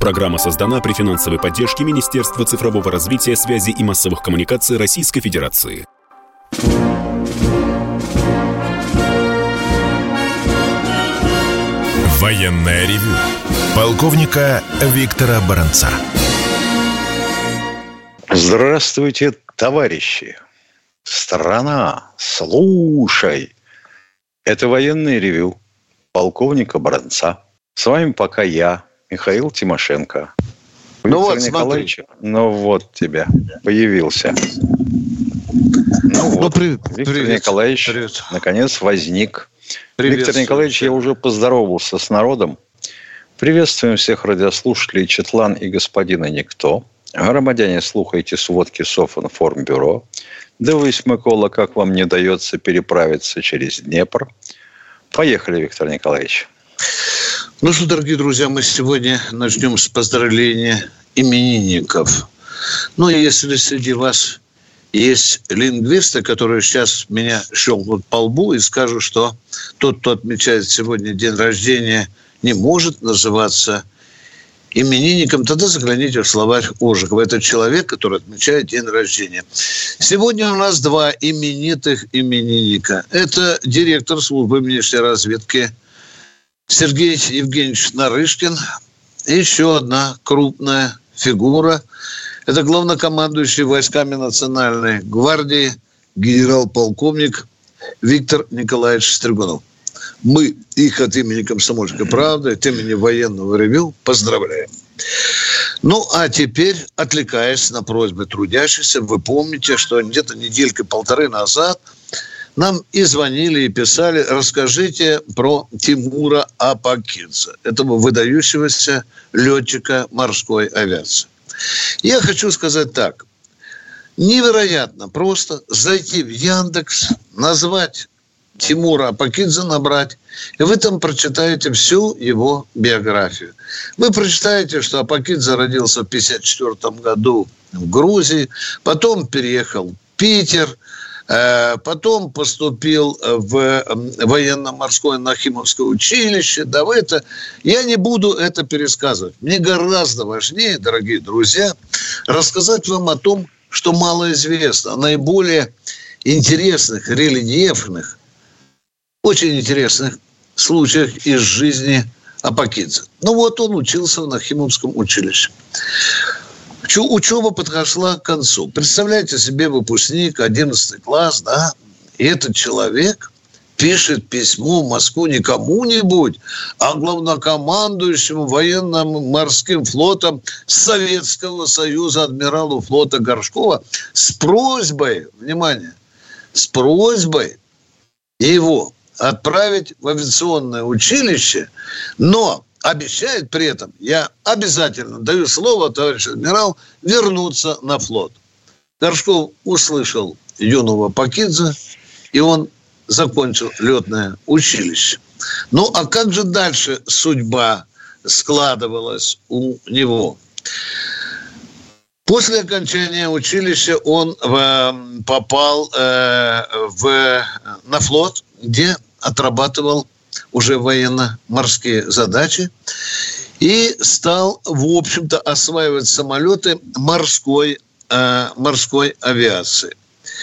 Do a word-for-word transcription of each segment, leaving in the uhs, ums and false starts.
Программа создана при финансовой поддержке Министерства цифрового развития, связи и массовых коммуникаций Российской Федерации. Военное ревю полковника Виктора Баранца. Здравствуйте, товарищи! Страна, слушай! Это военное ревю полковника Баранца. С вами пока я, Михаил Тимошенко. Ну Виктор вот, Николаевич, смотри. ну вот тебя, появился. Ну вот, ну, при... Виктор привет. Николаевич Привет. наконец возник. Виктор Николаевич, я уже поздоровался с народом. Приветствуем всех радиослушателей Четлан и господина Никто. Громадяне, слухайте сводки Софинформбюро. Дивись, Микола, как вам не дается переправиться через Днепр. Поехали, Виктор Николаевич. Ну что, дорогие друзья, мы сегодня начнем с поздравления именинников. Ну, если среди вас есть лингвисты, которые сейчас меня щелкнут по лбу и скажут, что тот, кто отмечает сегодня день рождения, не может называться именинником, тогда загляните в словарь Ожегова. Это человек, который отмечает день рождения. Сегодня у нас два именитых именинника. Это директор службы внешней разведки Сергей Евгеньевич Нарышкин. И еще одна крупная фигура. Это главнокомандующий войсками Национальной гвардии генерал-полковник Виктор Николаевич Стригунов. Мы их от имени «Комсомольской правды», от имени военного ревю поздравляем. Ну, а теперь, отвлекаясь на просьбы трудящихся, вы помните, что где-то неделька-полторы назад нам и звонили, и писали: расскажите про Тимура Апакидзе, этого выдающегося летчика морской авиации. Я хочу сказать так. Невероятно просто зайти в Яндекс, назвать Тимура Апакидзе, набрать, и вы там прочитаете всю его биографию. Вы прочитаете, что Апакидзе родился в тысяча девятьсот пятьдесят четвёртом году в Грузии, потом переехал в Питер, потом поступил в военно-морское Нахимовское училище. Да, вы это... Я не буду это пересказывать. Мне гораздо важнее, дорогие друзья, рассказать вам о том, что мало известно, о наиболее интересных, рельефных, очень интересных случаях из жизни Апакидзе. Ну вот он учился в Нахимовском училище. Учеба подошла к концу. Представляете себе, выпускник, одиннадцатый класс, да, и этот человек пишет письмо в Москву не кому-нибудь, а главнокомандующему военно-морским флотом Советского Союза адмиралу флота Горшкова с просьбой, внимание, с просьбой его отправить в авиационное училище, но обещает при этом, я обязательно даю слово, товарищ адмирал, вернуться на флот. Горшков услышал юного Апакидзе, и он закончил летное училище. Ну, а как же дальше судьба складывалась у него? После окончания училища он э, попал э, в, на флот, где отрабатывал уже военно-морские задачи и стал, в общем-то, осваивать самолеты морской, э, морской авиации.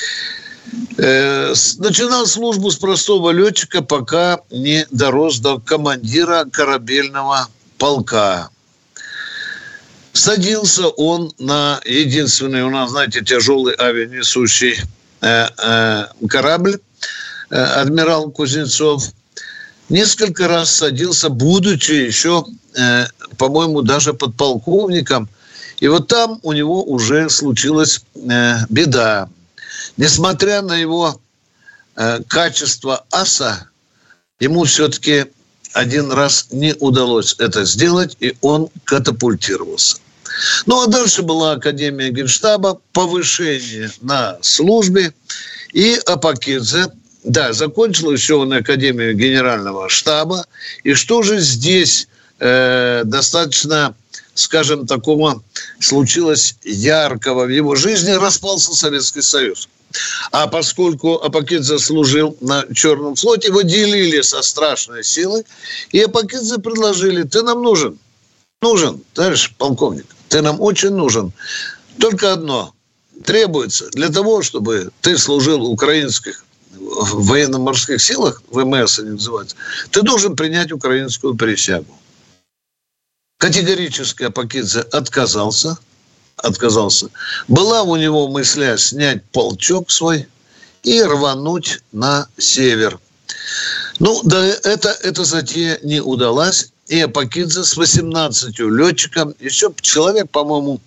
Э, начинал службу с простого летчика, пока не дорос до командира корабельного полка. Садился он на единственный у нас, знаете, тяжелый авианесущий э, э, корабль э, «Адмирал Кузнецов». Несколько раз садился, будучи еще, э, по-моему, даже подполковником. И вот там у него уже случилась э, беда. Несмотря на его э, качество аса, ему все-таки один раз не удалось это сделать, и он катапультировался. Ну, а дальше была Академия Генштаба, повышение на службе, и Апакидзе, да, закончил еще он Академию Генерального штаба. И что же здесь э, достаточно, скажем, такого случилось яркого в его жизни? Распался Советский Союз. А поскольку Апакидзе служил на Черном флоте, его делили со страшной силой, и Апакидзе предложили: ты нам нужен, нужен, товарищ полковник, ты нам очень нужен. Только одно требуется для того, чтобы ты служил в украинских в военно-морских силах, ВМС они называются, ты должен принять украинскую присягу. Категорически Апокидзе отказался. Отказался. Была у него мысля снять полчок свой и рвануть на север. Ну, да, это, эта затея не удалась. И Апокидзе с восемнадцатью летчиками, еще человек, по-моему,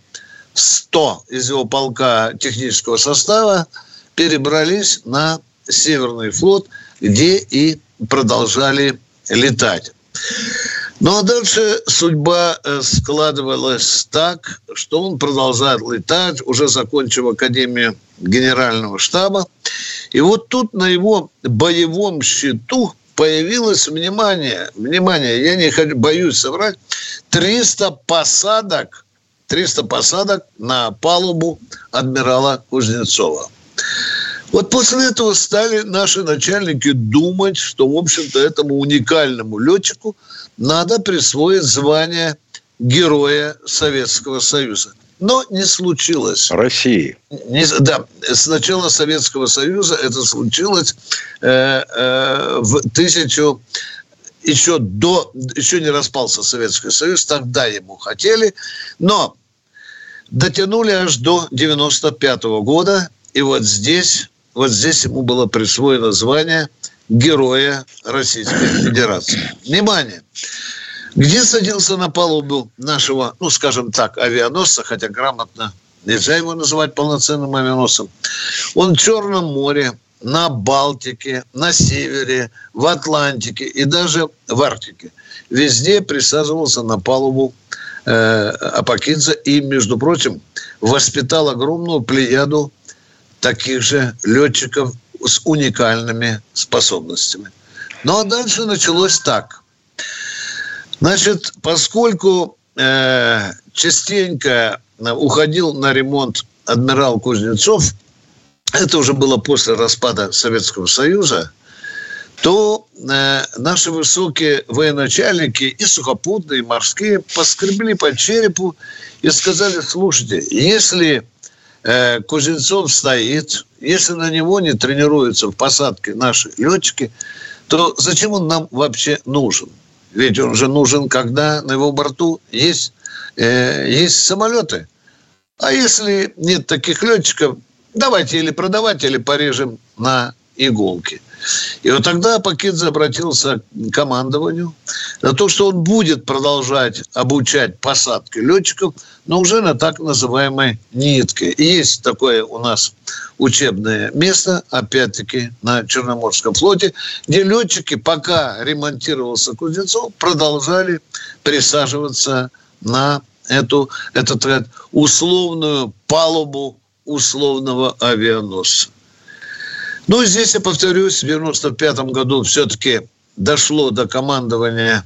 сто из его полка технического состава перебрались на Северный флот, где и продолжали летать. Ну, а дальше судьба складывалась так, что он продолжает летать, уже закончив Академию Генерального штаба. И вот тут на его боевом счету появилось, внимание, внимание, я не хочу, боюсь соврать, триста посадок, триста посадок на палубу адмирала Кузнецова. Вот после этого стали наши начальники думать, что, в общем-то, этому уникальному летчику надо присвоить звание Героя Советского Союза. Но не случилось. России. Не, да, с начала Советского Союза это случилось э, э, в тысячу... Еще, до, еще не распался Советский Союз, тогда ему хотели, но дотянули аж до девяносто пятого года, и вот здесь... Вот здесь ему было присвоено звание Героя Российской Федерации. Внимание! Где садился на палубу нашего, ну, скажем так, авианосца, хотя грамотно нельзя его называть полноценным авианосцем. Он в Черном море, на Балтике, на Севере, в Атлантике и даже в Арктике. Везде присаживался на палубу э, Апокидзе и, между прочим, воспитал огромную плеяду таких же летчиков с уникальными способностями. Ну, а дальше началось так. Значит, поскольку э, частенько уходил на ремонт адмирал Кузнецов, это уже было после распада Советского Союза, то э, наши высокие военачальники, и сухопутные, и морские, поскребли по черепу и сказали: слушайте, если Кузнецов стоит, если на него не тренируются в посадке наши летчики, то зачем он нам вообще нужен? Ведь он же нужен, когда на его борту есть, э, есть самолеты. А если нет таких летчиков, давайте или продавать, или порежем на иголки. И вот тогда Апокидзе обратился к командованию на то, что он будет продолжать обучать посадке летчиков, но уже на так называемой нитке. И есть такое у нас учебное место, опять-таки, на Черноморском флоте, где летчики, пока ремонтировался Кузнецов, продолжали присаживаться на эту, эту так, условную палубу условного авианосца. Ну, здесь, я повторюсь, в девяносто пятом году все-таки дошло до командования,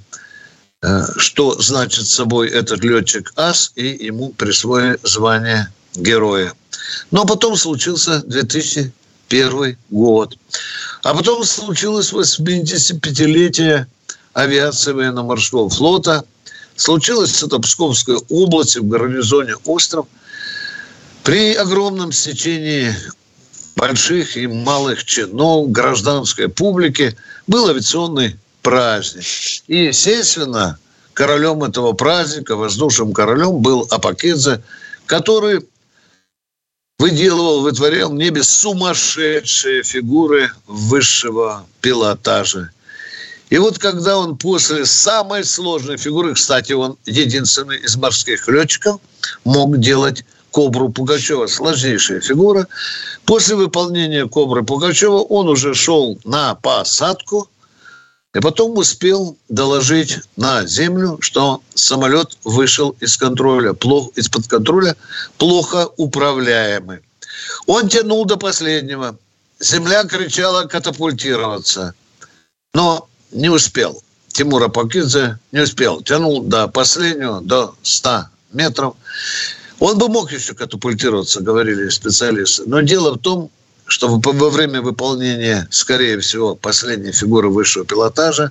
что значит собой этот летчик ас, и ему присвоили звание Героя. Но потом случился две тысячи первый год. А потом случилось восьмидесятипятилетие авиации военно-морского флота. Случилось это в Псковской области, в гарнизоне Остров. При огромном стечении больших и малых чинов, гражданской публики, был авиационный праздник. И, естественно, королем этого праздника, воздушным королем, был Апокидзе, который выделывал, вытворял в небе сумасшедшие фигуры высшего пилотажа. И вот когда он после самой сложной фигуры, кстати, он единственный из морских летчиков, мог делать Кобру Пугачева, сложнейшая фигура. После выполнения Кобры Пугачева он уже шел на посадку и потом успел доложить на землю, что самолет вышел из контроля, плохо, из-под контроля, плохо управляемый. Он тянул до последнего. Земля кричала катапультироваться, но не успел. Тимур Апокидзе не успел. Тянул до последнего, до ста метров. Он бы мог еще катапультироваться, говорили специалисты. Но дело в том, что во время выполнения, скорее всего, последней фигуры высшего пилотажа,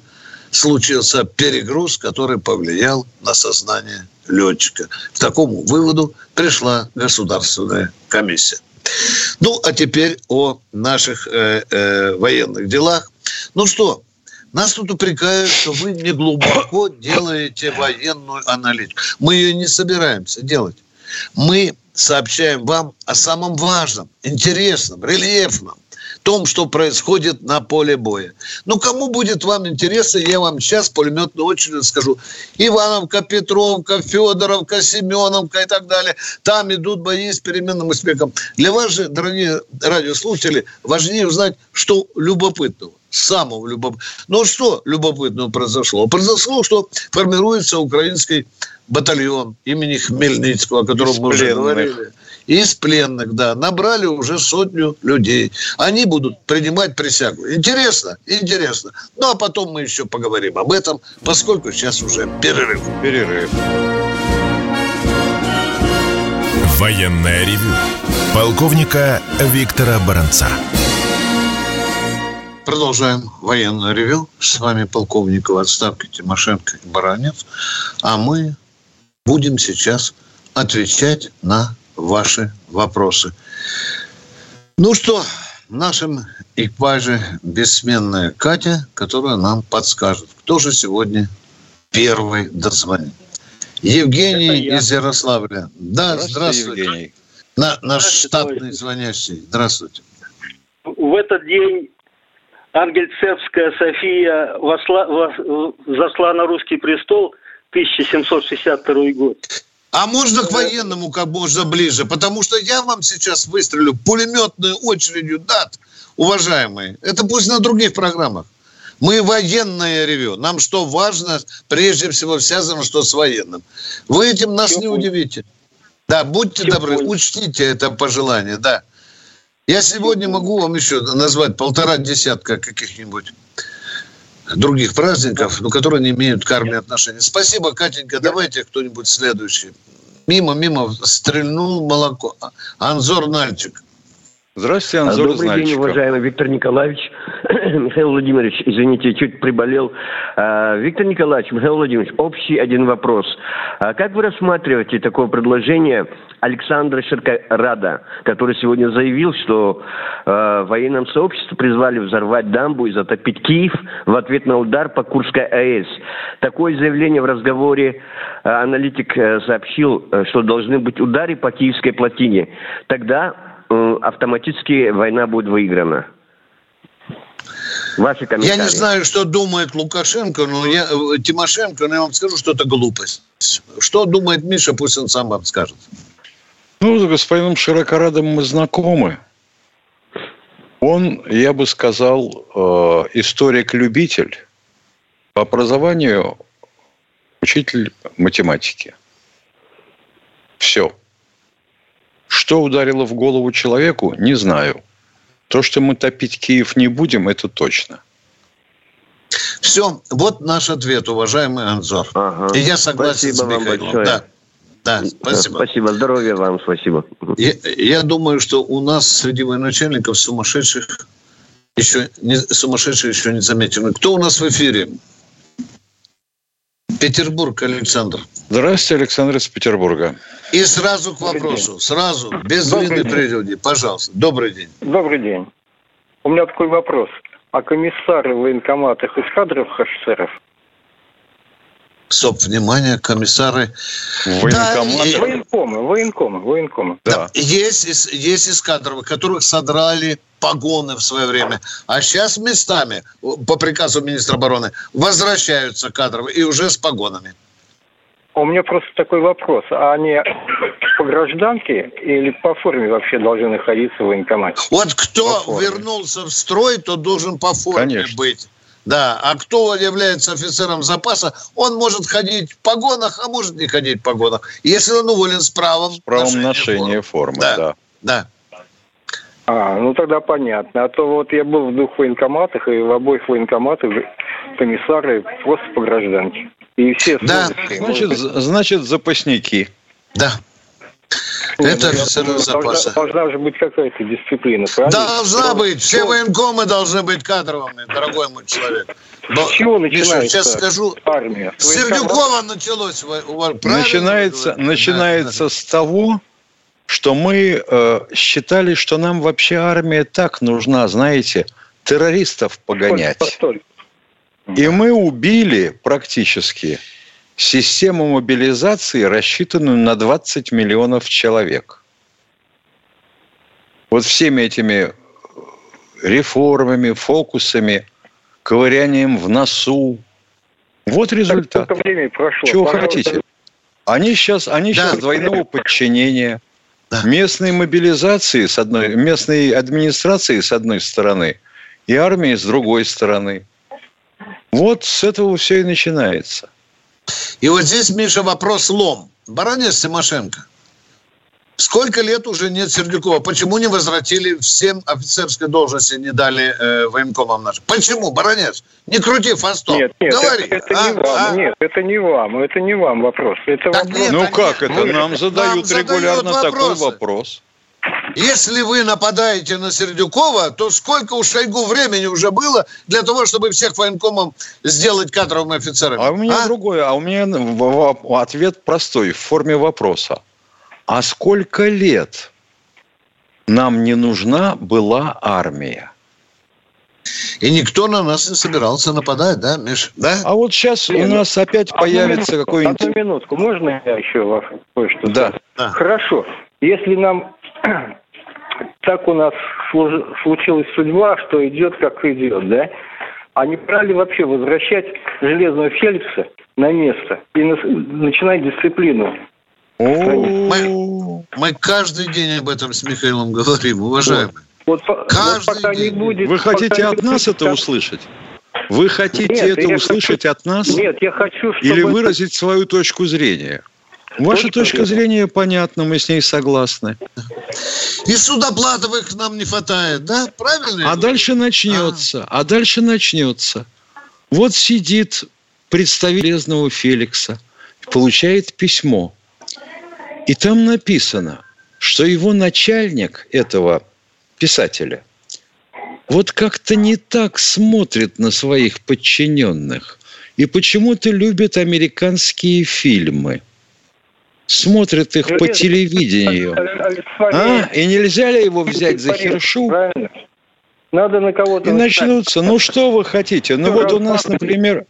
случился перегруз, который повлиял на сознание летчика. К такому выводу пришла государственная комиссия. Ну, а теперь о наших э, э, военных делах. Ну что, нас тут упрекают, что вы не глубоко делаете военную аналитику. Мы ее не собираемся делать. Мы сообщаем вам о самом важном, интересном, рельефном, том, что происходит на поле боя. Ну, кому будет вам интересно, я вам сейчас пулеметную очередь скажу. Ивановка, Петровка, Федоровка, Семеновка и так далее. Там идут бои с переменным успехом. Для вас же, дорогие радиослушатели, важнее узнать, что любопытного. Самого любопытного. Ну, что любопытного произошло? Произошло, что формируется украинский батальон имени Хмельницкого, о котором мы уже говорили. Из пленных, да. Набрали уже сотню людей. Они будут принимать присягу. Интересно? Интересно. Ну, а потом мы еще поговорим об этом, поскольку сейчас уже перерыв. Перерыв. Военное ревю полковника Виктора Баранца. Продолжаем военное ревю. С вами полковник в отставке Тимошенко и Баранец. А мы будем сейчас отвечать на ваши вопросы. Ну что, в нашем экипаже бессменная Катя, которая нам подскажет, кто же сегодня первый дозвонит. Евгений из Ярославля. Да, здравствуйте. здравствуйте. Евгений. На, наш здравствуйте, штатный товарищ. Звонящий. Здравствуйте. В этот день Ангельцевская София восла, вос, зашла на русский престол, тысяча семьсот шестьдесят второй год. А можно к военному как можно ближе? Потому что я вам сейчас выстрелю пулеметной очередью дат, уважаемые. Это пусть на других программах. Мы военное ревю. Нам что важно, прежде всего, связано что с военным. Вы этим нас Все не понял. удивите. Да, будьте Все добры, понял. учтите это пожелание, да. Я сегодня могу вам еще назвать полтора десятка каких-нибудь других праздников, но которые не имеют к армии отношения. Спасибо, Катенька. Давайте кто-нибудь следующий. Мимо, мимо стрельнул молоко. Анзор Нальчик. Здравствуйте, Анзор Добрый Нальчик. день, уважаемый Виктор Николаевич. Михаил Владимирович, извините, чуть приболел. Виктор Николаевич, Михаил Владимирович, общий один вопрос. Как вы рассматриваете такое предложение Александра Ширкорада, который сегодня заявил, что э, в военном сообществе призвали взорвать дамбу и затопить Киев в ответ на удар по Курской АЭС? Такое заявление в разговоре э, аналитик э, сообщил, э, что должны быть удары по Киевской плотине. Тогда э, автоматически война будет выиграна. Ваши комментарии. Я не знаю, что думает Лукашенко, но я, Тимошенко, но я вам скажу, что это глупость. Что думает Миша, пусть он сам вам скажет. Ну, с господином Широкорадом мы знакомы. Он, я бы сказал, историк-любитель. По образованию учитель математики. Все. Что ударило в голову человеку, не знаю. То, что мы топить Киев не будем, это точно. Все. Вот наш ответ, уважаемый Анзор. Ага. И я согласен спасибо с Михаилом. Да. Да, спасибо. Спасибо. Здоровья вам, спасибо. Я, я думаю, что у нас среди военачальников сумасшедших еще не, сумасшедшие еще не замечены. Кто у нас в эфире? Петербург, Александр. Здравствуйте, Александр из Петербурга. И сразу к вопросу. Сразу, без длинной прелюдии. Пожалуйста. Добрый день. Добрый день. У меня такой вопрос. А комиссары в военкоматах из кадров офицеров? Стоп, внимание, комиссары. Военкоматы. Да, военкомы, военкомы, военкомы. Да. Да. Есть, из, есть из кадровых, которых содрали погоны в свое время. А сейчас местами, по приказу министра обороны, возвращаются кадровые и уже с погонами. У меня просто такой вопрос. А они по гражданке или по форме вообще должны находиться в военкомате? Вот кто вернулся в строй, то должен по форме Конечно. быть. Да, а кто является офицером запаса, он может ходить в погонах, а может не ходить в погонах. Если он уволен с правом, с правом ношения формы. Да, да. да. А, ну тогда понятно. А то вот я был в двух военкоматах, и в обоих военкоматах комиссары просто по гражданке. И все да. Значит, значит, запасники. Да. Это офицеры запаса. Должна, должна же быть какая-то дисциплина, правильно? Должна быть. Все военкомы должны быть кадровыми, дорогой мой человек. С чего начинается Миша, сейчас скажу. Армия? С Сердюкова началось. Начинается, начинается да, с того, что мы э, считали, что нам вообще армия так нужна, знаете, террористов погонять. Постой, постой. И мы убили практически систему мобилизации, рассчитанную на двадцать миллионов человек. Вот всеми этими реформами, фокусами, ковырянием в носу. Вот результат. Прошло, чего пожалуйста. Хотите? Они сейчас, они да. сейчас двойного подчинения, да. местной мобилизации с одной, местной администрации с одной стороны и армии с другой стороны. Вот с этого все и начинается. И вот здесь, Миша, вопрос лом. Баранец, Тимошенко. Сколько лет уже нет Сердюкова? Почему не возвратили всем офицерской должности, не дали э, военкомам нашим? Почему, Баранец? Не крути фастом. Нет, нет, говори. Это, это а? не вам. А? Нет, это не вам. Это не вам вопрос. Это так вопрос. Нет, ну а как нет, это? вы, нам задают нам регулярно задают такой вопрос. Если вы нападаете на Сердюкова, то сколько у Шойгу времени уже было для того, чтобы всех военкомов сделать кадровыми офицерами? А у меня а? другое. А у меня ответ простой, в форме вопроса. А сколько лет нам не нужна была армия? И никто на нас не собирался нападать, да, Миш? Да? А вот сейчас у нас опять одну появится минутку, какой-нибудь... Одну минутку, можно я еще кое-что? Да. да. Хорошо. Если нам... Так у нас случилась судьба, что идет, как идет, да? А не пора ли вообще возвращать Железного Феликса на место и начинать дисциплину? Мы, мы каждый день об этом с Михаилом говорим, уважаемые. Вот, каждый вот пока день. Не будет, Вы хотите от нас это услышать? Вы хотите нет, это услышать хочу, от нас? Нет, я хочу, чтобы... Или выразить свою точку зрения? Ваша точка, точка зрения понятна, мы с ней согласны. И судоплатовых нам не хватает, да? Правильно? А дальше начнется, а. а дальше начнется. Вот сидит представитель Железного Феликса, получает письмо. И там написано, что его начальник, этого писателя, вот как-то не так смотрит на своих подчиненных. И почему-то любит американские фильмы. Смотрит их по телевидению. А? И нельзя ли его взять за хершу? Надо на кого-то... И начнутся. Ну, что вы хотите? Ну, вот у нас, например...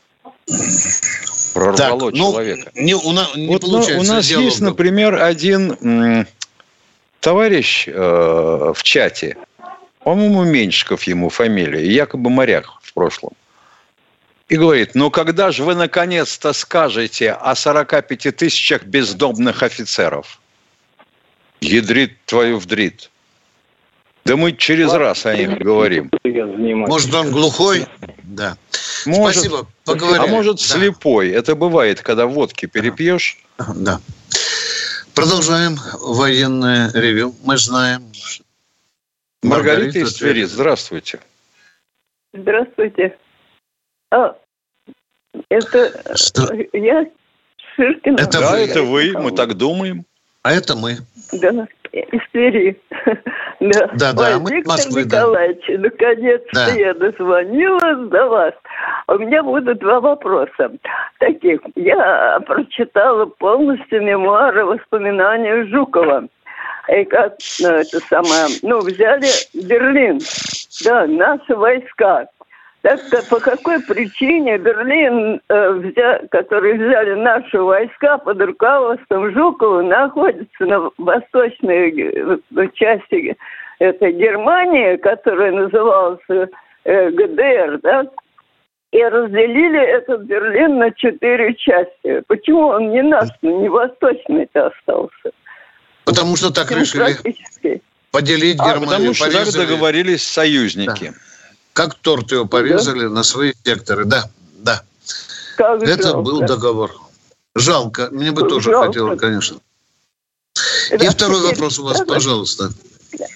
Прорвало так, человека. Ну, не, у нас, не вот у нас есть, был. например, один м, товарищ э, в чате, по-моему, Меньшиков ему фамилия, якобы моряк в прошлом, и говорит, ну когда же вы наконец-то скажете о сорока пяти тысячах бездомных офицеров? Ядрит твою вдрит. Да мы через Ладно. раз о них говорим. Может, он глухой? Да. Может, Спасибо, поговорили. А может, да. слепой. Это бывает, когда водки перепьешь. Да. Продолжаем военное ревью. Мы знаем... Маргарита, Маргарита из Твери, здравствуйте. Здравствуйте. А, это Что? я Ширкина. Это да, вы. это вы, мы так думаем. А это мы. Да, из Твери. Да, да, да. Ой, мы Виктор Москвы, Николаевич, да. наконец-то да. я дозвонилась до вас. У меня будут два вопроса таких. Я прочитала полностью мемуары, воспоминания Жукова. И как, ну, это самое, ну, взяли Берлин, да, наши войска. Так по какой причине Берлин, э, взя, который взяли наши войска под руководством Жукова, находится на восточной части этой Германии, которая называлась э, ГДР, да, и разделили этот Берлин на четыре части. Почему он не наш, не восточный-то остался? Потому что так решили поделить Германию. А, потому что так договорились союзники. Да. Как торт его порезали да? на свои секторы. Да, да. Как Это жалко. был договор. Жалко. Мне бы тоже жалко. хотелось, конечно. И второй вопрос у вас, пожалуйста.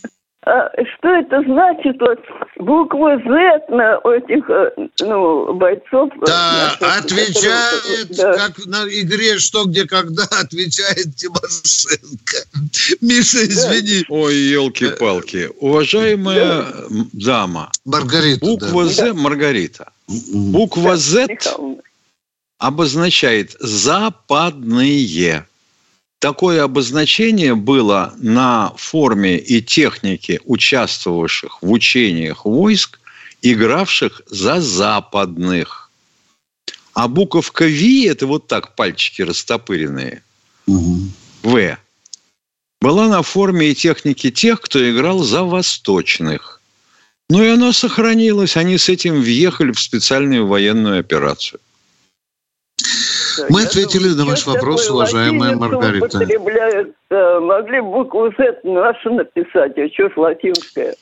а что это значит, вот буква Z на этих, ну, бойцов? Да, отвечает, которые, да. Как на игре «Что, где, когда» отвечает Тимошенко. Миша, извини. Да. Ой, елки-палки. Уважаемая да. дама. Маргарита. Буква да. Z, Маргарита. Буква Z обозначает «западные». Такое обозначение было на форме и технике участвовавших в учениях войск, игравших за западных. А буковка «Ви» – это вот так, пальчики растопыренные. Угу. «В» была на форме и технике тех, кто играл за восточных. Ну и оно сохранилось. Они с этим въехали в специальную военную операцию. Мы ответили на ваш вопрос, уважаемая Маргарита. Могли букву Z нашу написать, а что ж латинская?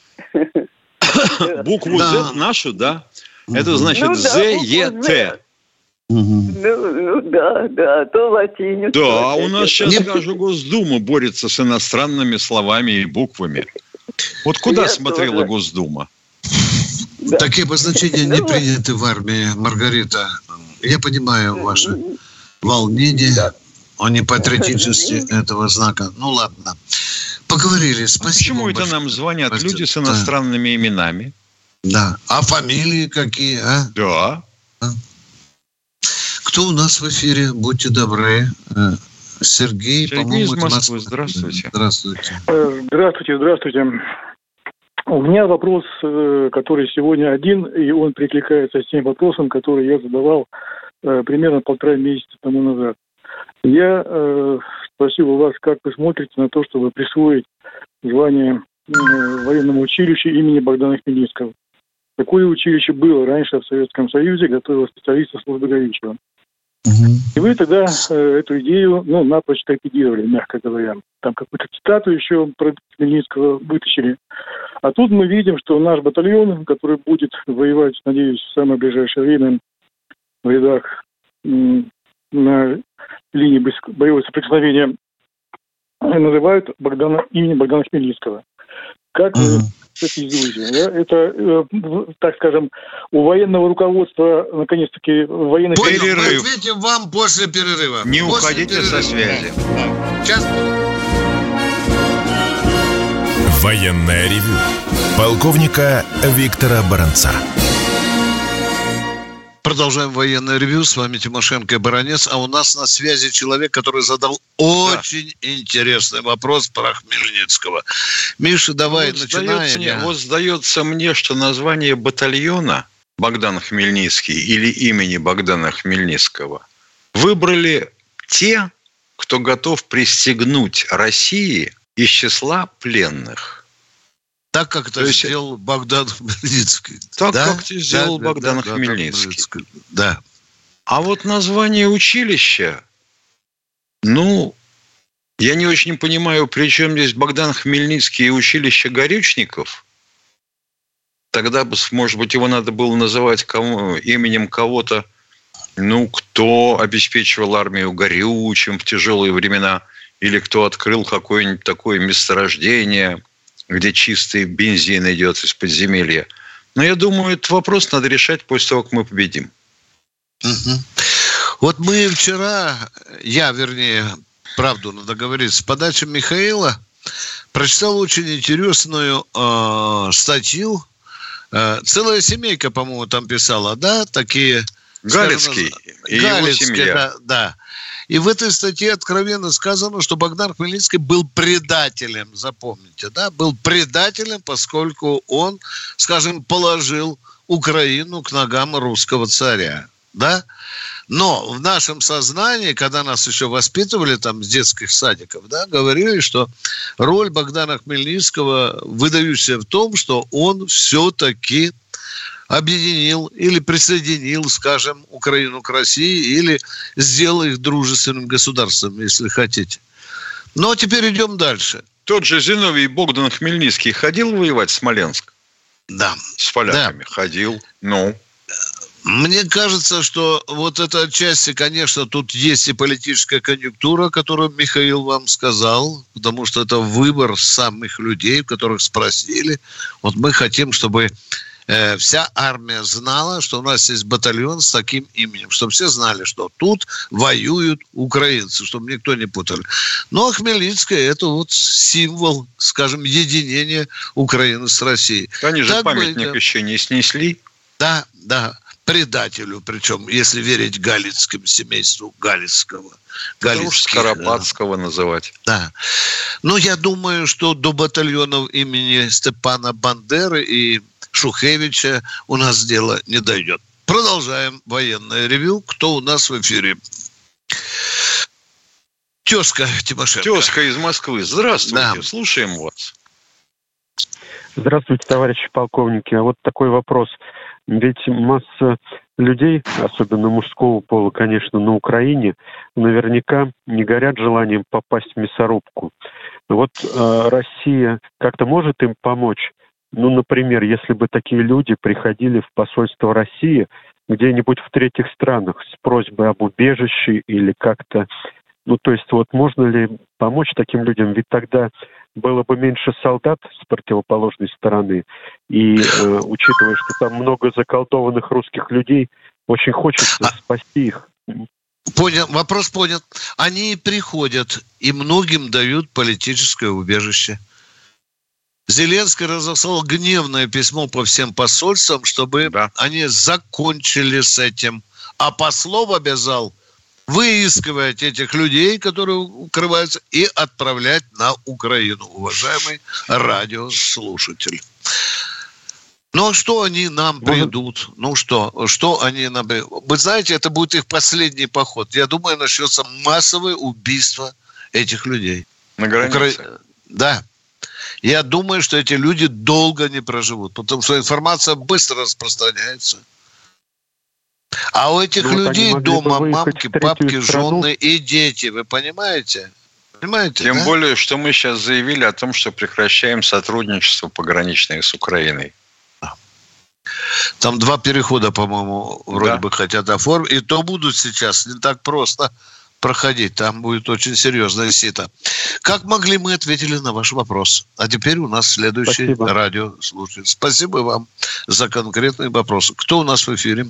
Букву Z нашу, да? Это значит З Е Т. Ну да, да, то латиница. Да, у нас сейчас даже Госдума борется с иностранными словами и буквами. Вот куда смотрела Госдума? Такие обозначения не приняты в армии, Маргарита. Я понимаю ваше волнение да. о непатриотичности этого знака. Ну, ладно. Поговорили. Спасибо. А почему это нам звонят Спасибо. люди с иностранными да. именами? Да. А фамилии какие, а? Да. А? Кто у нас в эфире? Будьте добры. Сергей, Сергей по-моему, из Москвы. Здравствуйте. Здравствуйте. Здравствуйте, здравствуйте. У меня вопрос, который сегодня один, и он перекликается с тем вопросом, который я задавал э, примерно полтора месяца тому назад. Я э, спросил у вас, как вы смотрите на то, чтобы присвоить звание э, военному училищу имени Богдана Хмельницкого. Такое училище было раньше в Советском Союзе, готовило специалистов службы Горючего. Угу. И вы тогда э, эту идею, ну, напрочь торпедировали, мягко говоря. Там какую-то цитату еще про Хмельницкого вытащили. А тут мы видим, что наш батальон, который будет воевать, надеюсь, в самое ближайшее время в рядах м, на линии боевого соприкосновения, называют Богдана, имени Богдана Хмельницкого. Как вы uh-huh. это изучили? Да? Это, э, так скажем, у военного руководства, наконец-таки, военный перерыв. Мы ответим вам после перерыва. Не после уходите перерыва. со связи. Сейчас. Военное ревю полковника Виктора Баранца. Продолжаем военное ревью. С вами Тимошенко и Баранец. А у нас на связи человек, который задал очень да. интересный вопрос про Хмельницкого. Миша, давай, вот начинаем. Сдается, вот сдается мне, что название батальона Богдан Хмельницкий или имени Богдана Хмельницкого выбрали те, кто готов присягнуть России из числа пленных. Так, как это есть, сделал Богдан Хмельницкий. Так, да? как это сделал да, Богдан да, Хмельницкий. Да. А вот название училища, ну, я не очень понимаю, при чем здесь Богдан Хмельницкий и училище горючников. Тогда, может быть, его надо было называть кому, именем кого-то, ну, кто обеспечивал армию горючим в тяжелые времена, или кто открыл какое-нибудь такое месторождение, где чистый бензин идет из подземелья. Но я думаю, этот вопрос надо решать после того, как мы победим. Угу. Вот мы вчера, я, вернее, правду надо говорить, с подачи Михаила прочитал очень интересную э, статью. Э, целая семейка, по-моему, там писала, да, такие... Галицкий и его семья. Да, да. И в этой статье откровенно сказано, что Богдан Хмельницкий был предателем, запомните, да, был предателем, поскольку он, скажем, положил Украину к ногам русского царя, да. Но в нашем сознании, когда нас еще воспитывали там с детских садиков, да, говорили, что роль Богдана Хмельницкого выдающаяся в том, что он все-таки объединил или присоединил, скажем, Украину к России или сделал их дружественным государством, если хотите. Но теперь идем дальше. Тот же Зиновий Богдан Хмельницкий ходил воевать в Смоленск? Да. С поляками? Да. Ходил. Ну? Мне кажется, что вот это отчасти, конечно, тут есть и политическая конъюнктура, которую Михаил вам сказал, потому что это выбор самых людей, которых спросили. Вот мы хотим, чтобы э, вся армия знала, что у нас есть батальон с таким именем, чтобы все знали, что тут воюют украинцы, чтобы никто не путал. Ну, а Хмельницкая – это вот символ, скажем, единения Украины с Россией. Они же так памятник бы, еще не снесли. Да, да. Предателю, причем, если верить галицкому семейству Галицкого. Скоропадского да. называть. Да. Но я думаю, что до батальонов имени Степана Бандеры и Шухевича у нас дело не дойдет. Продолжаем военное ревью. Кто у нас в эфире? Тезка Тимошенко. Тезка из Москвы. Здравствуйте. Да. Слушаем вас. Здравствуйте, товарищи полковники. А вот такой вопрос. Ведь масса людей, особенно мужского пола, конечно, на Украине, наверняка не горят желанием попасть в мясорубку. Вот э, Россия как-то может им помочь? Ну, например, если бы такие люди приходили в посольство России где-нибудь в третьих странах с просьбой об убежище или как-то... Ну, то есть вот можно ли помочь таким людям? Ведь тогда было бы меньше солдат с противоположной стороны. И э, учитывая, что там много заколдованных русских людей, очень хочется а... спасти их. Понял, вопрос понят. Они приходят, и многим дают политическое убежище. Зеленский разослал гневное письмо по всем посольствам, чтобы да. они закончили с этим. А послов обязал выискивать этих людей, которые укрываются, и отправлять на Украину, уважаемый радиослушатель. Ну, а что они нам придут? Ну, что? Что они нам... Вы знаете, это будет их последний поход. Я думаю, начнется массовое убийство этих людей. На границе? Укра... Да. Я думаю, что эти люди долго не проживут, потому что информация быстро распространяется. А у этих ну, людей дома мамки, папки, жены и дети. Вы понимаете? Понимаете? Тем да? более, что мы сейчас заявили о том, что прекращаем сотрудничество пограничное с Украиной. Там два перехода, по-моему, вроде да. бы хотят оформить. И то будут сейчас не так просто проходить. Там будет очень серьезное сито. Как могли, мы ответили на ваш вопрос. А теперь у нас следующий Спасибо. радиослушатель. Спасибо вам за конкретные вопросы. Кто у нас в эфире?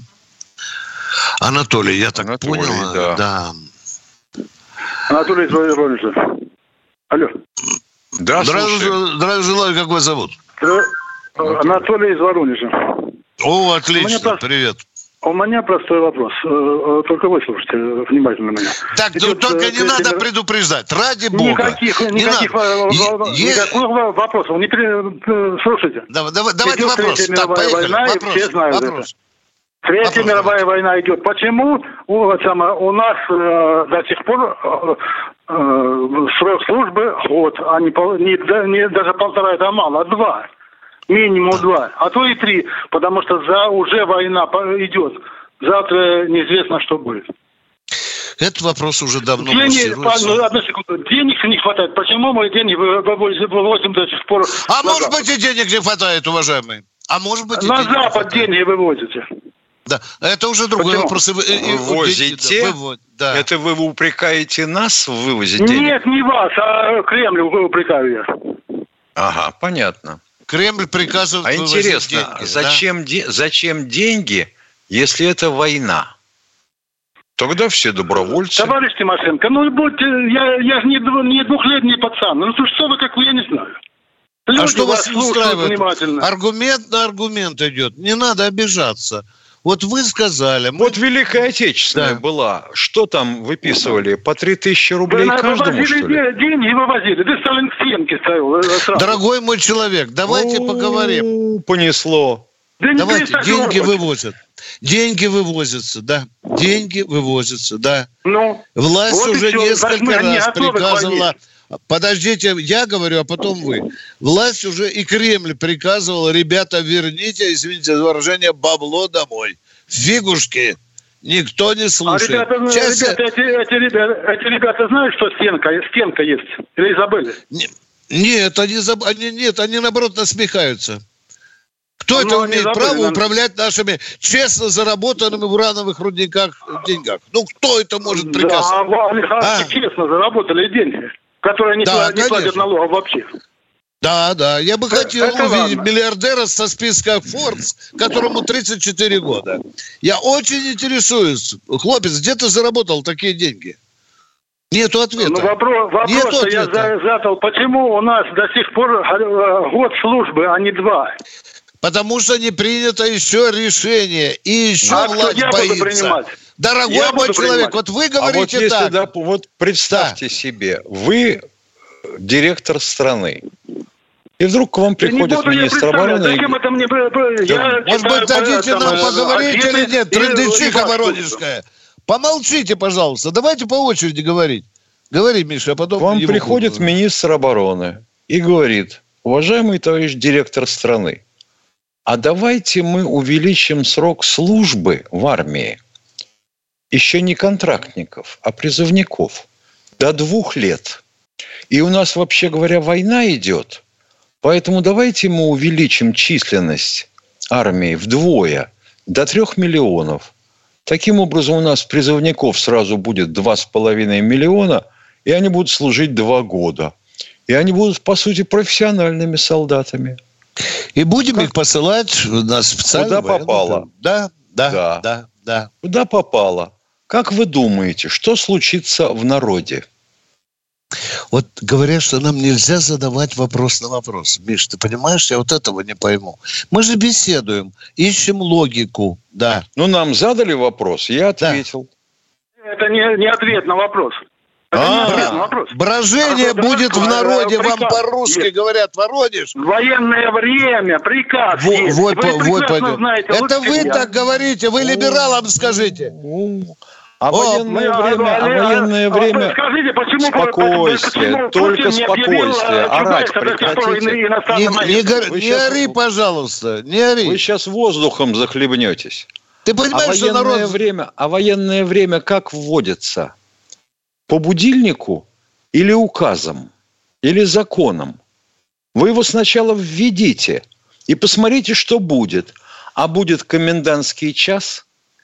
Анатолий, я так Анатолий, понял. Да. да. Анатолий из Воронежа. Алло. Да, здравия, здравия желаю, как вас зовут? Анатолий из Воронежа. О, отлично, у привет. У меня простой вопрос. Только выслушайте внимательно меня. Так, Идет, только не третий... надо предупреждать, ради бога. Никаких, не никаких, в... е... никаких вопросов. Не при... Слушайте. Давай, давай, давайте вопрос. Третья так, мировая поехали. война, вопрос. И все знают вопрос. это. Третья вопрос. мировая война идет. Почему вот, сама, у нас э, до сих пор э, э, срок службы год, а не, не, не даже полтора, это мало, а два. Минимум да. два, а то и три, потому что за, уже война идет. Завтра неизвестно, что будет. Этот вопрос уже давно денег, ну, одну секунду. Денег не хватает. Почему мы деньги вывозим, вывозим до сих пор? А может Запад? быть и денег не хватает, уважаемый? А может быть и на Запад деньги вывозите. Да, это уже другой Почему? вопрос. Вы, Вывозите? Да, вывод, да. Это вы упрекаете нас в вывозе денег? Нет, не вас, а Кремль упрекаю я. Ага, понятно. Кремль приказывает а вывозить интересно, деньги. Зачем, да? де, зачем деньги, если это война? Тогда все добровольцы. Товарищ Тимошенко, ну будьте, я, я же не, не двухлетний пацан. Ну что вы, как вы, я не знаю. Люди а что вас устраивает? Внимательно. Аргумент на аргумент идет. Не надо обижаться. Вот вы сказали... Мы... Вот Великая Отечественная да. была. Что там выписывали? По три тысячи рублей вы каждому, что ли? Деньги вывозили. Ты Сталин к стенке ставил. Сразу. Дорогой мой человек, давайте О-о-о, поговорим. Понесло. Да давайте, деньги вывозят. Деньги вывозятся, да. Деньги вывозятся, да. Ну, Власть вот уже все. несколько раз приказывала... Подождите, я говорю, а потом вы. Власть уже и Кремль приказывал, ребята, верните, извините за выражение, бабло домой. Фигушки. Никто не слушает. А ребята, Сейчас ребята, я... эти, эти, ребята, эти ребята знают, что стенка, стенка есть? Или забыли? Нет, они, заб... они, нет, они наоборот насмехаются. Кто это имеет право управлять нашими честно заработанными в урановых рудниках деньгах? Ну, кто это может приказать? Да, олигархи честно заработали деньги, которые не, да, не платят налогов вообще. Да, да. Я бы хотел это увидеть ладно. миллиардера со списка Forbes, которому тридцать четыре года. Я очень интересуюсь. Хлопец, где ты заработал такие деньги? Нету ответа. Ну, вопрос, вопрос я задал, почему у нас до сих пор год службы, а не два? Потому что не принято еще решение. И еще а власть я боится. Буду принимать. Дорогой я мой человек, принимать. вот вы говорите а вот если, так. Да, вот представьте да. себе, вы директор страны. И вдруг к вам приходит министр обороны. Зачем это мне... Я Может быть, дадите нам поговорить или нет? Трындычиха Воронежская. Помолчите, пожалуйста. Давайте по очереди говорить. Говори, Миша, а потом... К вам приходит буду. министр обороны и говорит: уважаемый товарищ директор страны, а давайте мы увеличим срок службы в армии еще не контрактников, а призывников до двух лет. И у нас, вообще говоря, война идет. Поэтому давайте мы увеличим численность армии вдвое, до трех миллионов. Таким образом, у нас призывников сразу будет два с половиной миллиона, и они будут служить два года. И они будут, по сути, профессиональными солдатами. И будем как? их посылать на специальную Куда попало. Да, да, да, да, да. Куда попало. Как вы думаете, что случится в народе? Вот говорят, что нам нельзя задавать вопрос на вопрос. Миш, ты понимаешь, я вот этого не пойму. Мы же беседуем, ищем логику, да. Ну, нам задали вопрос, я ответил. Да. Это не, не ответ на вопрос. Это а, не ответ на вопрос. Брожение а будет в народе, приказ. Вам по-русски есть. Говорят, Воронеж. В военное время, приказ Во, есть. Вот, вы вот, прекрасно знаете. Это вы я. так говорите, вы либералам скажите. А военное О, время, а, а военное а, время, скажите, почему, спокойствие, почему только спокойствие, орать прекратите. Не, не, гор, не сейчас, ори, пожалуйста, не ори. Вы сейчас воздухом захлебнетесь. Ты понимаешь, а что народ... Время, а военное время как вводится? По будильнику или указом? Или законом? Вы его сначала введите и посмотрите, что будет. А будет комендантский час...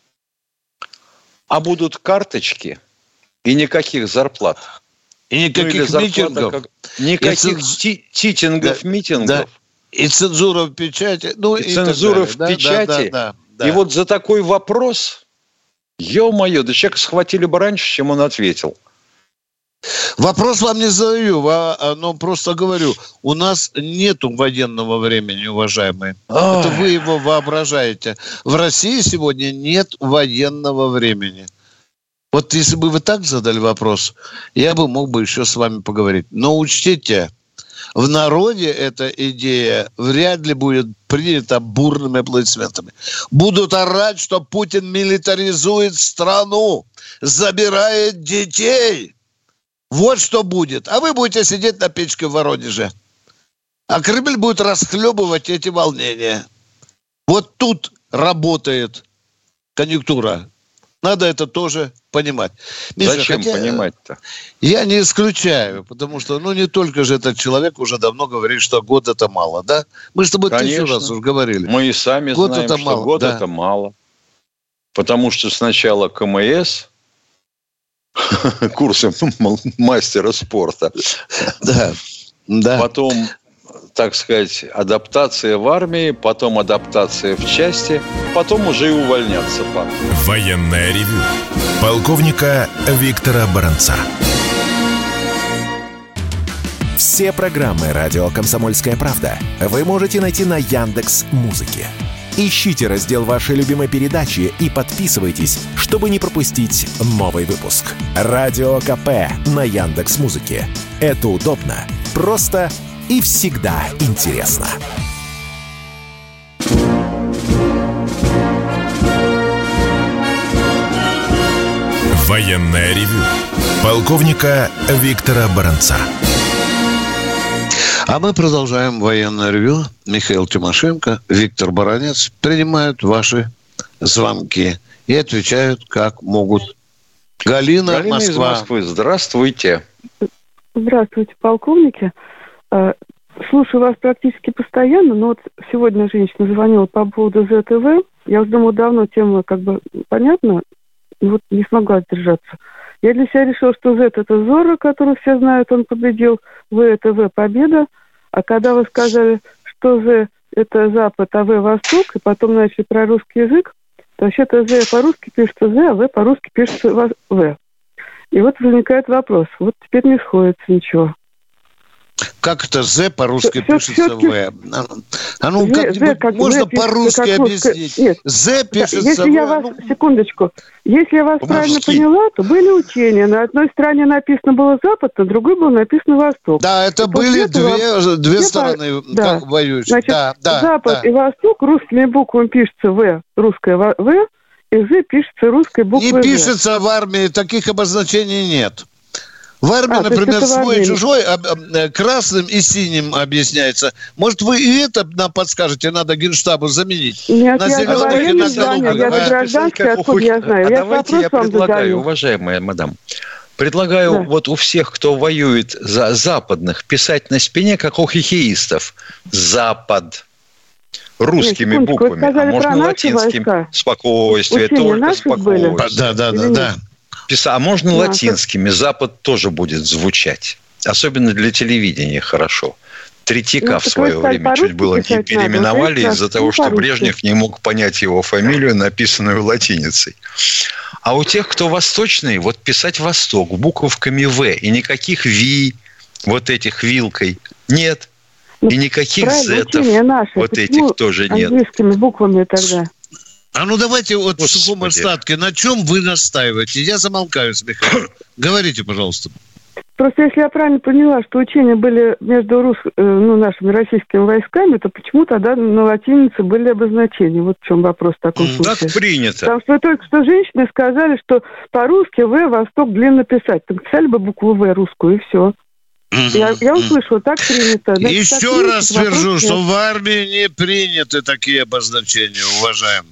А будут карточки и никаких зарплат. И никаких ну, митингов. Как... Никаких ценз... ти- титингов, да, митингов. Да. И цензура в печати. Ну, и, и цензура в да, печати. Да, да, да, да. И вот за такой вопрос, ё-моё, да человека схватили бы раньше, чем он ответил. Вопрос вам не задаю, а, но просто говорю, у нас нету военного времени, уважаемые. Ой. Это вы его воображаете. В России сегодня нет военного времени. Вот если бы вы так задали вопрос, я бы мог бы еще с вами поговорить. Но учтите, в народе эта идея вряд ли будет принята бурными аплодисментами. Будут орать, что Путин милитаризует страну, забирает детей. Вот что будет. А вы будете сидеть на печке в Воронеже. А Кремль будет расхлебывать эти волнения. Вот тут работает конъюнктура. Надо это тоже понимать. Миша, зачем хотя, понимать-то? Я не исключаю, потому что, ну, не только же этот человек уже давно говорит, что год это мало, да? Мы с тобой тысячу раз уже говорили. Мы и сами год знаем, это что мало, год да. это мало. Потому что сначала КМС... курсы мастера спорта. Да, да. Потом, так сказать, адаптация в армии, потом адаптация в части, потом уже и увольняться пора. Военное ревю полковника Виктора Баранца. Все программы «Радио Комсомольская правда» вы можете найти на Яндекс.Музыке. Ищите раздел вашей любимой передачи и подписывайтесь, чтобы не пропустить новый выпуск. Радио КП на Яндекс.Музыке. Это удобно, просто и всегда интересно. Военное ревю полковника Виктора Баранца. А мы продолжаем военное ревю. Михаил Тимошенко, Виктор Баранец принимают ваши звонки и отвечают, как могут. Галина, Галина Москва. из Москвы. Здравствуйте. Здравствуйте, полковники. слушаю вас практически постоянно, но вот сегодня женщина звонила по поводу зэ тэ вэ. Я уже думала, давно тема как бы понятна, но вот не смогла сдержаться. Я для себя решила, что Z – это Зорро, который все знают, он победил, В – это В – победа. А когда вы сказали, что Z – это Запад, а В – Восток, и потом начали про русский язык, то вообще-то Z по-русски пишется Z, а В по-русски пишется В. И вот возникает вопрос. Вот теперь не сходится ничего. Как это «З» по-русски все, пишется «В»? А ну, как, как можно по-русски как объяснить? Нет. «З» пишется если «В». Я вас, ну... Секундочку. Если я вас по-мужски. Правильно поняла, то были учения. На одной стороне написано было «Запад», на другой было написано «Восток». Да, это и были две, две стороны, по... да. как воюющие. Значит, да, да, Запад да. и Восток русскими буквами пишется «В», русская «В», и «З» пишется русской буквой «В». Не пишется в армии, таких обозначений нет. В армии, а, например, свой и чужой красным и синим объясняется. Может, вы и это нам подскажете, надо Генштабу заменить? Нет, на я зеленых и на голубых. Я за гражданский, откуда я знаю. А я давайте я предлагаю, уважаемая мадам, предлагаю да. вот у всех, кто воюет за западных, писать на спине, как у хихеистов. Запад. Русскими Нет, буквами, а можно латинским. Войска. Спокойствие, Учения только спокойствие. Были? Да, да, да, да. А можно да, латинскими, как... Запад тоже будет звучать. Особенно для телевидения хорошо. Третьяка ну, в свое время чуть было не переименовали надо, из-за того, что Брежнев не мог понять его фамилию, написанную латиницей. А у тех, кто восточный, вот писать «Восток» буковками «В». И никаких «Ви», вот этих вилкой, нет. Ну, и никаких «Зетов», вот Почему этих тоже нет. Английскими буквами тогда. А ну давайте вот Господи. в сухом остатке. На чем вы настаиваете? Я замолкаю, Михаил. Говорите, пожалуйста. Просто если я правильно поняла, что учения были между рус... ну, нашими российскими войсками, то почему тогда на латинице были обозначения? Вот в чем вопрос в таком mm, случае. Так принято. Потому что только что женщины сказали, что по-русски «В» «Восток» длинно писать. Так писали бы букву «В» русскую, и все. Я, я услышала, так принято. Значит, Еще так принято, раз твержу, что в армии не приняты такие обозначения, уважаемые.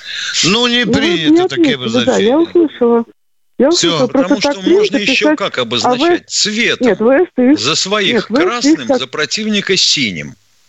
Ну, не ну, приняты не такие обозначения. Да, я услышала. Я Все, услышала. потому что можно еще писать... как обозначать? А цветом. Нет, вы... За своих нет, красным, как... за противника синим.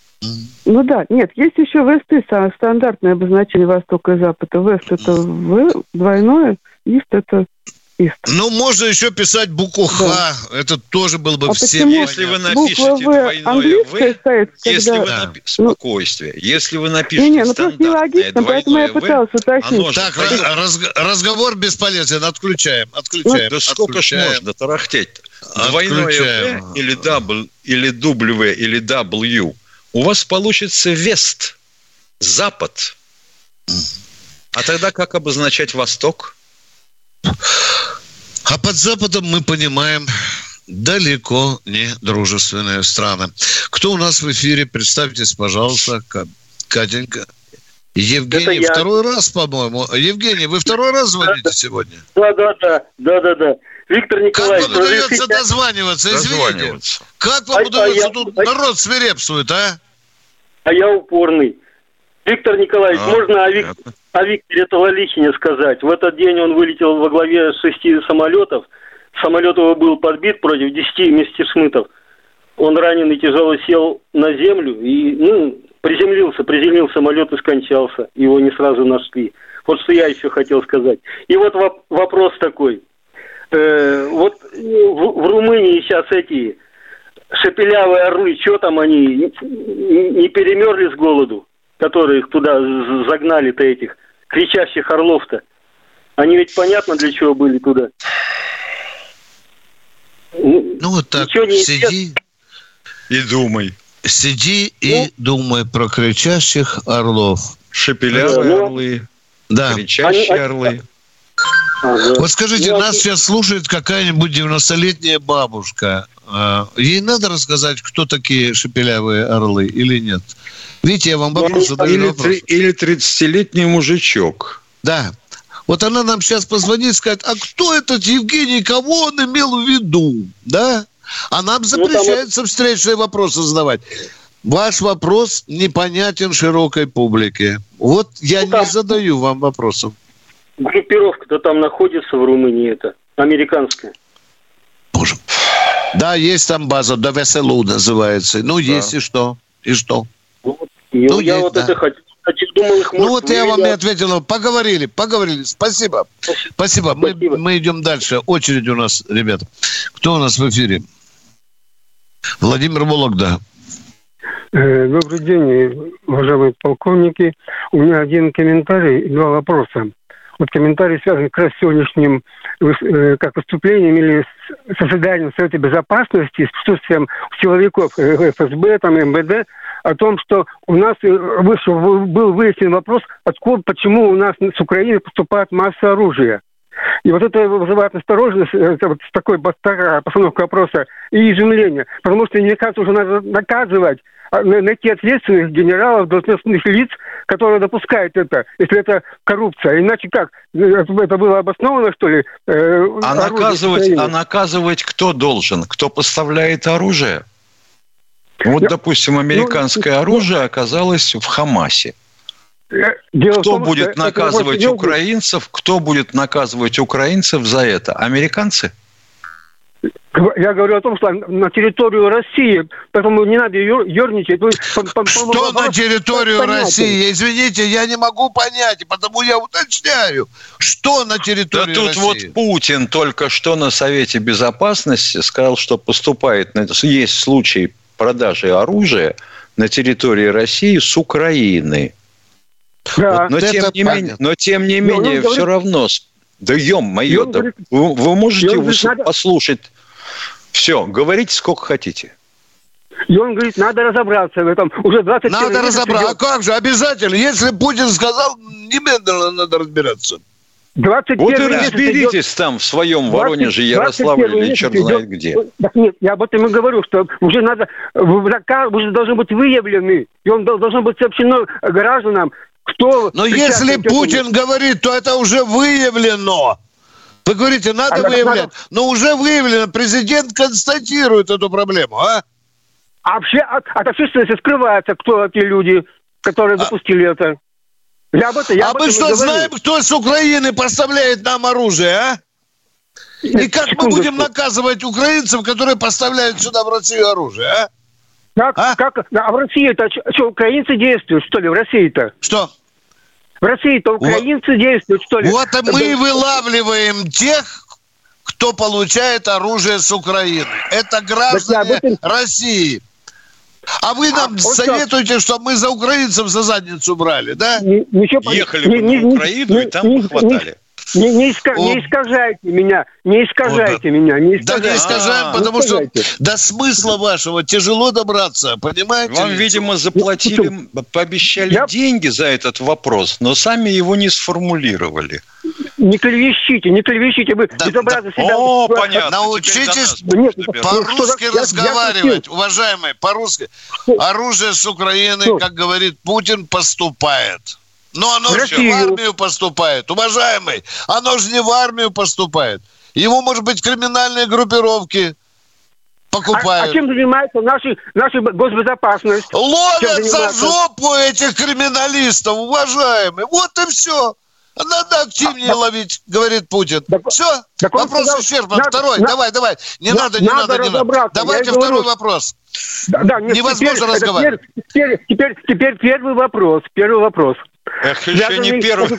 Ну да, нет, есть еще ВСТ, стандартное обозначение Востока и Запада. Вест это В, двойное, Ист это Ист. Ну, можно еще писать букву Х. Да. Это тоже было бы а всем. Если вы напишете двойное В, стоит, если когда... вы напишете спокойствие, если вы напишете не, не, ну стандартное двойное В, так, раз, разговор бесполезен. Отключаем, отключаем. Да сколько ж можно тарахтеть? Двойное В или W, или W, или W. У вас получится Вест, Запад. А тогда как обозначать Восток? А под Западом мы понимаем далеко не дружественные страны. Кто у нас в эфире? Представьтесь, пожалуйста, Катенька. Евгений, второй раз, по-моему. Евгений, вы второй раз звоните да, сегодня? Да, да, да, да, да, да. Виктор Николаевич. Как вам удается дозваниваться? Извините. Как вам а, удается? А тут я... народ свирепствует, а? А я упорный. Виктор Николаевич, а, можно о, Вик... о Викторе Талалихине сказать? В этот день он вылетел во главе шести самолетов. Самолет его был подбит против десяти мессершмиттов. Он раненый тяжело сел на землю и, ну, приземлился, приземлил самолет и скончался. Его не сразу нашли. Вот что я еще хотел сказать. И вот воп- вопрос такой. Э, вот в, в Румынии сейчас эти шепелявые орлы, что там они, не перемерли с голоду? Которые их туда загнали-то, этих кричащих орлов-то. Они ведь понятно, для чего были туда. Ну, вот так, сиди и думай. Сиди и ну? думай про кричащих орлов. Шепелявые да, орлы, да. кричащие они... орлы. Ага. Вот скажите, ну, нас сейчас слушает какая-нибудь девяностолетняя бабушка. Ей надо рассказать, кто такие шепелявые орлы или нет? Видите, я вам вопрос задаю. Или, вопрос. или тридцатилетний мужичок. Да. Вот она нам сейчас позвонит и скажет, а кто этот Евгений, кого он имел в виду? Да? А нам запрещается ну, там... встречные вопросы задавать. Ваш вопрос непонятен широкой публике. Вот я ну, там... не задаю вам вопросов. Группировка-то там находится в Румынии, это американская. Боже. Да, есть там база, до ВСЛУ называется. Ну, да. Есть и что? И что? Ну, ну я есть, вот да. это хочу. Думал, их ну вот я вам и ответил. Поговорили, поговорили. Спасибо. Спасибо. Спасибо. Мы, мы идем дальше. Очередь у нас, ребята. Кто у нас в эфире? Владимир Вологда. Добрый день, уважаемые полковники. У меня один комментарий и два вопроса. Вот комментарий связан как раз с сегодняшним как выступлением или с заседанием Совета Безопасности с присутствием силовиков эф эс бэ, там, эм вэ дэ, о том, что у нас вышел, был выяснен вопрос, откуда, почему у нас с Украины поступает масса оружия. И вот это вызывает настороженность, это вот такой такая постановка вопроса и изумление. Потому что, мне кажется, уже надо наказывать, найти ответственных генералов, должностных лиц, которые допускают это, если это коррупция. Иначе как? Это было обосновано, что ли? А наказывать, а наказывать кто должен? Кто поставляет оружие? Вот, Я, допустим, американское ну, оружие оказалось в Хамасе. Дело кто том, будет наказывать это украинцев? Кто будет наказывать украинцев за это? Американцы? Я говорю о том, что на территорию России, поэтому не надо ерничать. Что на территорию России? Извините, я не могу понять, потому я уточняю. Что на территории России? Да тут России? Вот Путин только что на Совете Безопасности сказал, что поступает, есть случай продажи оружия на территории России с Украины. Да, вот, но, тем не менее, но тем не менее, все говорит, равно... Да ё-моё, да, говорит, вы, вы можете говорит, надо... послушать... Все, говорите сколько хотите. И он говорит, надо разобраться в этом. Уже двадцать Надо разобраться. А как же? Обязательно. Если Путин сказал, немедленно надо разбираться. Вот и разберитесь идет... там в своем Воронеже, Ярославле или черт идет... знает где. Так нет, я об этом и говорю, что уже надо, уже должны быть выявлены, и он должен быть сообщено гражданам, кто... Но если Путин говорит, то это уже выявлено. Вы говорите, надо а выявлять, надо... но уже выявлено, президент констатирует эту проблему, а? А вообще от, от общественности скрывается, кто эти люди, которые а... допустили это. Я об этом, я а об мы что, знаем, кто с Украины поставляет нам оружие, а? И как мы будем наказывать украинцев, которые поставляют сюда в Россию оружие, а? Как? А, как? А в России-то что, украинцы действуют, что ли, в России-то? Что? В России-то украинцы вот. действуют, что ли? Вот и мы вылавливаем тех, кто получает оружие с Украины. Это граждане этом... России. А вы нам а, советуете, вот чтобы мы за украинцев за задницу брали, да? Ничего, Ехали не, бы не, на Украину не, и там не, похватали. Не, не, иска, О... не искажайте меня, не искажайте вот, меня, не искажайте. Да не искажаем, А-а-а. потому что до смысла вашего тяжело добраться, понимаете? Вам, видимо, заплатили, пообещали Я... деньги за этот вопрос, но сами его не сформулировали. Не клевещите, не клевещите, вы да, безобразно да. себя... О, понятно. Научитесь Нет, по-русски что, разговаривать, я, я уважаемые, по-русски. Оружие с Украины, что? Как говорит Путин, поступает. Но оно же в армию поступает, уважаемый. Оно же не в армию поступает. Ему, может быть, криминальные группировки покупают. А, а чем занимается наша, наша госбезопасность? Ловят за жопу этих криминалистов, уважаемые. Вот и все. Надо активнее а, ловить, говорит Путин. Да, все, да, вопрос исчерпан. Второй, надо, давай, давай. Не на, надо, не надо, не надо. Давайте второй говорю. вопрос. Да, да, нет, невозможно теперь, разговаривать. Теперь, теперь, теперь первый вопрос. Первый вопрос. Эх, еще я не первый.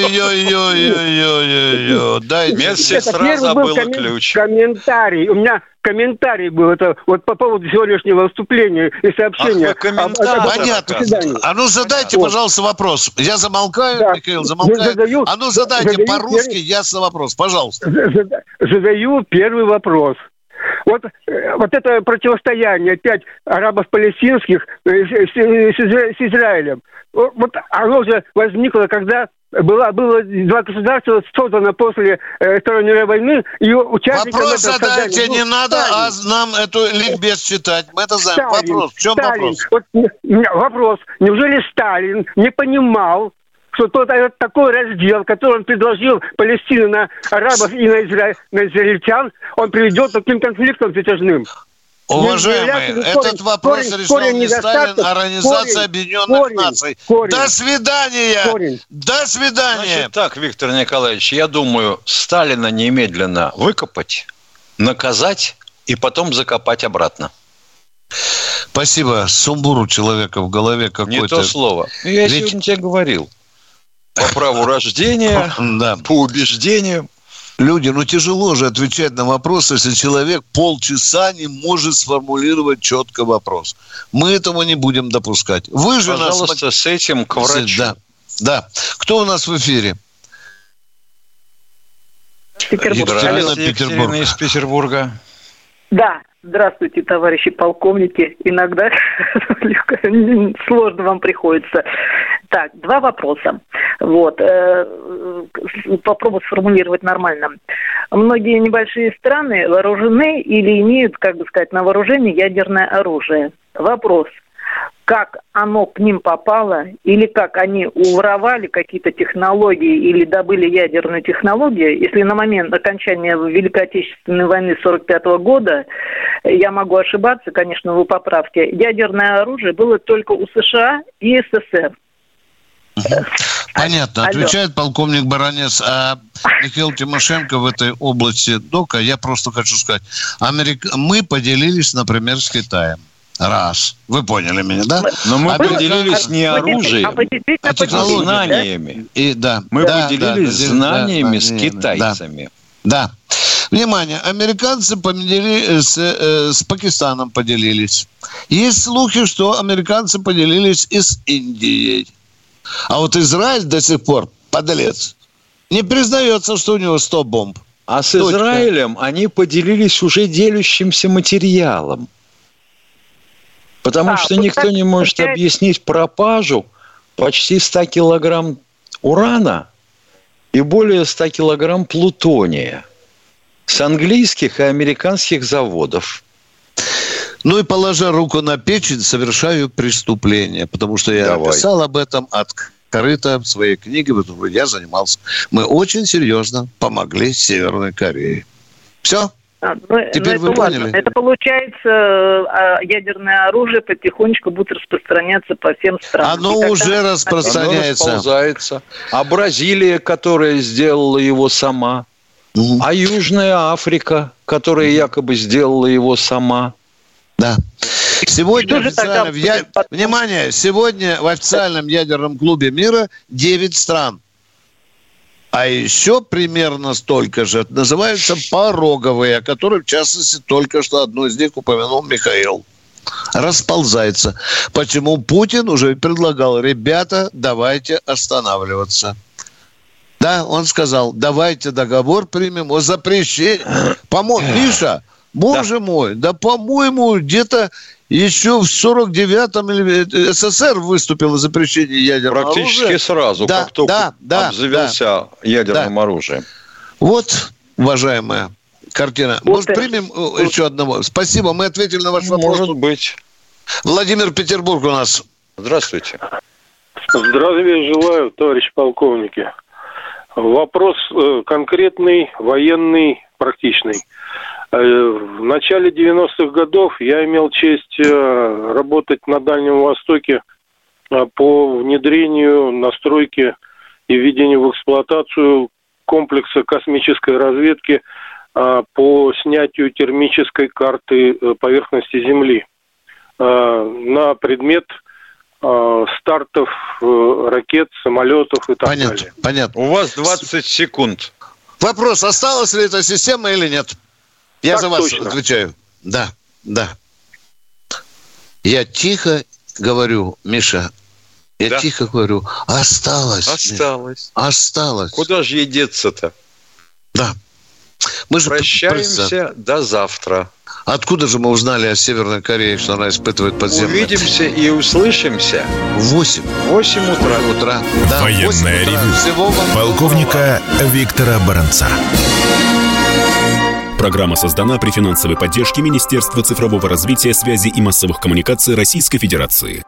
Ой-ой-ой-ой-ой-ой-ой. Дайте. Медсестра забыла ключ. Комментарий. У меня комментарий был это вот по поводу сегодняшнего выступления и сообщения. Ах, комментарий. Понятно. А ну задайте, пожалуйста, вопрос. Я замолкаю, да. Михаил, замолкаю. Задаю, а ну задайте задаю по-русски первый... ясно вопрос, пожалуйста. Задаю первый вопрос. Вот, вот это противостояние опять арабо-палестинских с, с, с Израилем, вот оно же возникло, когда было, было два государства создано после э, Второй мировой войны, и участникам вопрос задайте, создания, не ну, надо, Сталин. А нам эту ликбез читать. Мы это знаем. Сталин, вопрос. В чем Сталин. вопрос? Вот, вопрос. Неужели Сталин не понимал, что тот такой раздел, который он предложил Палестину на арабов и на, изра... на израильтян, он приведет к таким конфликтам затяжным. Уважаемые, этот корень, вопрос корень, решал корень не Сталин, а Организация корень, Объединенных корень, Наций. Корень, До свидания! Корень. До свидания! Значит так, Виктор Николаевич, я думаю, Сталина немедленно выкопать, наказать и потом закопать обратно. Спасибо. Сумбур у человека в голове какой-то. Не то слово. Я Ведь... сегодня тебе говорил. По праву рождения, да. По убеждениям. Люди, ну тяжело же отвечать на вопрос, если человек полчаса не может сформулировать четко вопрос. Мы этого не будем допускать. Вы же Пожалуйста, нас... с этим к врачу. Да. да. Кто у нас в эфире? Петербург. Здравствуйте, Екатерина из Петербурга. Да. Здравствуйте, товарищи полковники. Иногда сложно вам приходится. Так, два вопроса. Вот. Попробую сформулировать нормально. Многие небольшие страны вооружены или имеют, как бы сказать, на вооружении ядерное оружие. Вопрос. Как оно к ним попало, или как они уворовали какие-то технологии или добыли ядерную технологию. Если на момент окончания Великой Отечественной войны сорок пятого года, я могу ошибаться, конечно, вы поправьте, ядерное оружие было только у США и СССР. Понятно. Алло. Отвечает полковник Баранец. А Михаил Тимошенко в этой области дока, я просто хочу сказать, Америк... мы поделились, например, с Китаем. Раз. Вы поняли меня, да? Но мы а поделились а, не оружием, а, а знаниями. Да? И, да. Мы да, поделились да, знаниями да, с китайцами. Да. да. Внимание, американцы поделились, с, э, с Пакистаном поделились. Есть слухи, что американцы поделились и с Индией. А вот Израиль до сих пор, подлец, не признается, что у него сто бомб. А с Точка. Израилем они поделились уже делящимся материалом. Потому а, что вот никто не может получается... объяснить пропажу почти ста килограмм урана и более ста килограмм плутония с английских и американских заводов. Ну и, положа руку на печень, совершаю преступление. Потому что я Давай. писал об этом открыто в своей книге, в которой я занимался. Мы очень серьезно помогли Северной Корее. Все. А, ну, Теперь вы поняли? Важно. Это получается, ядерное оружие потихонечку будет распространяться по всем странам. Оно уже когда... распространяется. Оно расползается. А Бразилия, которая сделала его сама. Угу. А Южная Африка, которая угу. якобы сделала его сама. Да. Сегодня официально... Я... Внимание! Сегодня в официальном ядерном клубе мира девять стран. А еще примерно столько же называются пороговые, о которых, в частности, только что одну из них упомянул Михаил. Расползается. Почему Путин уже предлагал: ребята, давайте останавливаться. Да, он сказал, давайте договор примем о запрещении. По-моему, Миша, боже да. мой, да, по-моему, где-то еще в сорок девятом СССР выступил о запрещении ядерного Практически оружия. Практически сразу, да, как только да, да, обзавелся да, ядерным да. оружием. Вот, уважаемая картина. Вот Может, это... примем еще одного? Спасибо, мы ответили на ваш вопрос. Может быть. Владимир, Петербург у нас. Здравствуйте. Здравия желаю, товарищи полковники. Вопрос конкретный, военный, практичный. В начале девяностых годов я имел честь работать на Дальнем Востоке по внедрению, настройке и введению в эксплуатацию комплекса космической разведки по снятию термической карты поверхности Земли на предмет стартов ракет, самолетов и так понятно, далее. Понятно. У вас двадцать секунд. Вопрос, осталась ли эта система или нет? Я так за вас точно. Отвечаю. Да, да. Я тихо говорю, Миша, я да. тихо говорю, осталось. Осталось. Миша, осталось. Куда же ей деться-то? Да. Мы же прощаемся просто... до завтра. Откуда же мы узнали о Северной Корее, что она испытывает подземные? Увидимся и услышимся в восемь. восемь утра. утра. Да, военное ревю полковника Виктора Баранца. Программа создана при финансовой поддержке Министерства цифрового развития, связи и массовых коммуникаций Российской Федерации.